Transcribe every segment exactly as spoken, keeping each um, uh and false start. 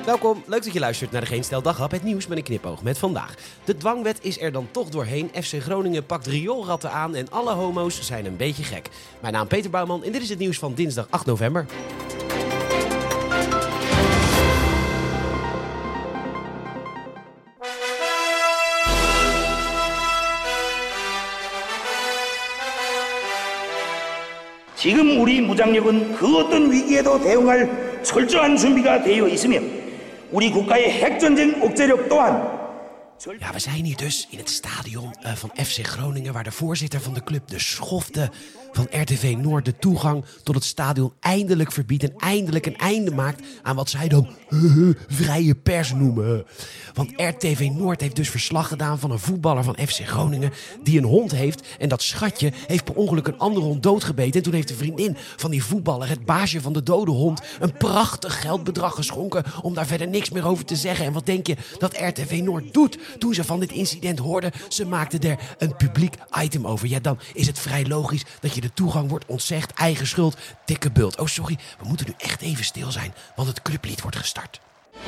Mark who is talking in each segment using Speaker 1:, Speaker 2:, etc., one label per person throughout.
Speaker 1: Welkom, leuk dat je luistert naar de Geen Stel Daghap, het nieuws met een knipoog met vandaag. De dwangwet is er dan toch doorheen, F C Groningen pakt rioolratten aan en alle homo's zijn een beetje gek. Mijn naam is Peter Bouwman en dit is het nieuws van dinsdag acht november.
Speaker 2: 지금 우리 무장력은 그 어떤 위기에도 대응할 철저한 준비가 되어 있으며 우리 국가의 핵전쟁 억제력 또한.
Speaker 1: Ja, we zijn hier dus in het stadion uh, van F C Groningen, waar de voorzitter van de club, de schofte van R T V Noord, de toegang tot het stadion eindelijk verbiedt en eindelijk een einde maakt aan wat zij dan uh, vrije pers noemen. Want R T V Noord heeft dus verslag gedaan van een voetballer van F C Groningen die een hond heeft. En dat schatje heeft per ongeluk een andere hond doodgebeten. En toen heeft de vriendin van die voetballer, het baasje van de dode hond, een prachtig geldbedrag geschonken om daar verder niks meer over te zeggen. En wat denk je dat R T V Noord doet toen ze van dit incident hoorden? Ze maakten er een publiek item over. Ja, dan is het vrij logisch dat je de toegang wordt ontzegd. Eigen schuld, dikke bult. Oh, sorry, we moeten nu echt even stil zijn, want het clublied wordt gestart.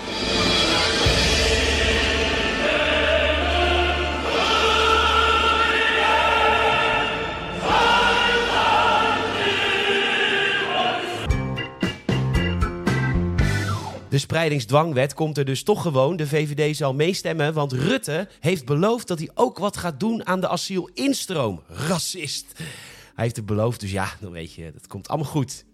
Speaker 1: De spreidingsdwangwet komt er dus toch gewoon. De V V D zal meestemmen, want Rutte heeft beloofd dat hij ook wat gaat doen aan de asielinstroom. Racist. Hij heeft het beloofd, dus ja, dan weet je, dat komt allemaal goed.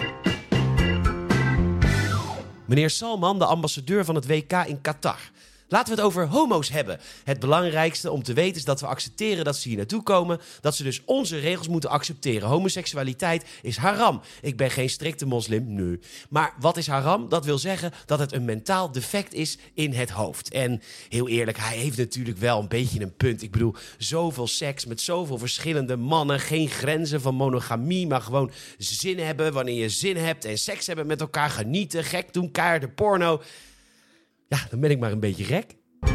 Speaker 1: Meneer Salman, de ambassadeur van het W K in Qatar. Laten we het over homo's hebben. Het belangrijkste om te weten is dat we accepteren dat ze hier naartoe komen. Dat ze dus onze regels moeten accepteren. Homoseksualiteit is haram. Ik ben geen strikte moslim, nee. Maar wat is haram? Dat wil zeggen dat het een mentaal defect is in het hoofd. En heel eerlijk, hij heeft natuurlijk wel een beetje een punt. Ik bedoel, zoveel seks met zoveel verschillende mannen. Geen grenzen van monogamie, maar gewoon zin hebben wanneer je zin hebt. En seks hebben met elkaar, genieten, gek doen, keiharde porno. Ja, dan ben ik maar een beetje gek.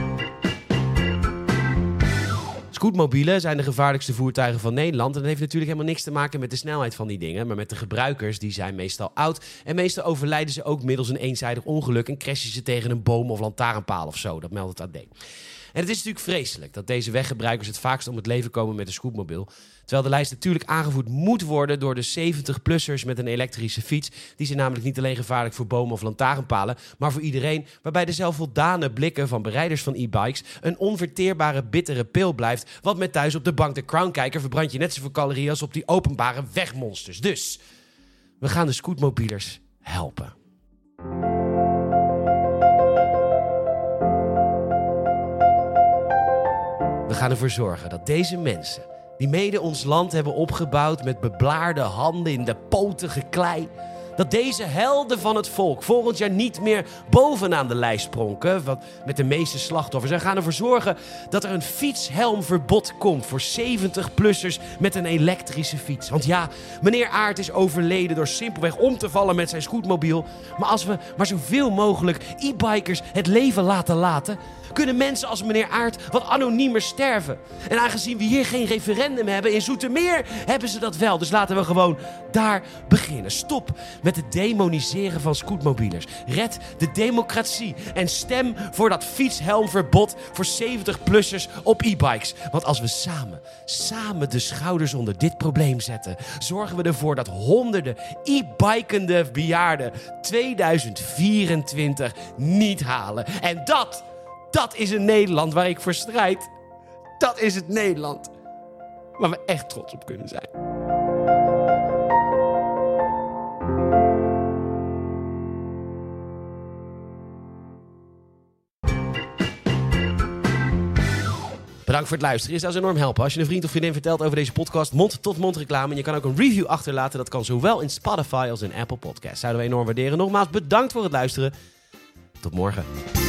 Speaker 1: Scootmobielen zijn de gevaarlijkste voertuigen van Nederland. En dat heeft natuurlijk helemaal niks te maken met de snelheid van die dingen, maar met de gebruikers. Die zijn meestal oud. En meestal overlijden ze ook middels een eenzijdig ongeluk en crashen ze tegen een boom of lantaarnpaal of zo. Dat meldt het A D. En het is natuurlijk vreselijk dat deze weggebruikers het vaakst om het leven komen met een scootmobiel. Terwijl de lijst natuurlijk aangevoerd moet worden door de zeventig-plussers met een elektrische fiets. Die zijn namelijk niet alleen gevaarlijk voor bomen of lantaarnpalen, maar voor iedereen, waarbij de zelfvoldane blikken van berijders van e-bikes een onverteerbare bittere pil blijft. Want met thuis op de bank de Crown kijker verbrand je net zoveel calorieën als op die openbare wegmonsters. Dus, we gaan de scootmobielers helpen. We gaan ervoor zorgen dat deze mensen, die mede ons land hebben opgebouwd met beblaarde handen in de potige klei, dat deze helden van het volk volgend jaar niet meer bovenaan de lijst pronken, wat met de meeste slachtoffers. En gaan ervoor zorgen dat er een fietshelmverbod komt voor zeventig-plussers met een elektrische fiets. Want ja, meneer Aert is overleden door simpelweg om te vallen met zijn scootmobiel. Maar als we maar zoveel mogelijk e-bikers het leven laten laten, kunnen mensen als meneer Aert wat anoniemer sterven. En aangezien we hier geen referendum hebben, in Zoetermeer hebben ze dat wel. Dus laten we gewoon daar beginnen. Stop met het demoniseren van scootmobielers. Red de democratie en stem voor dat fietshelmverbod voor zeventig-plussers op e-bikes. Want als we samen, samen de schouders onder dit probleem zetten, zorgen we ervoor dat honderden e-bikende bejaarden tweeduizend vierentwintig niet halen. En dat... Dat is een Nederland waar ik voor strijd. Dat is het Nederland waar we echt trots op kunnen zijn. Bedankt voor het luisteren. Je zou ons enorm helpen als je een vriend of vriendin vertelt over deze podcast. Mond-tot-mond reclame. En je kan ook een review achterlaten. Dat kan zowel in Spotify als in Apple Podcasts. Zouden we enorm waarderen. Nogmaals, bedankt voor het luisteren. Tot morgen.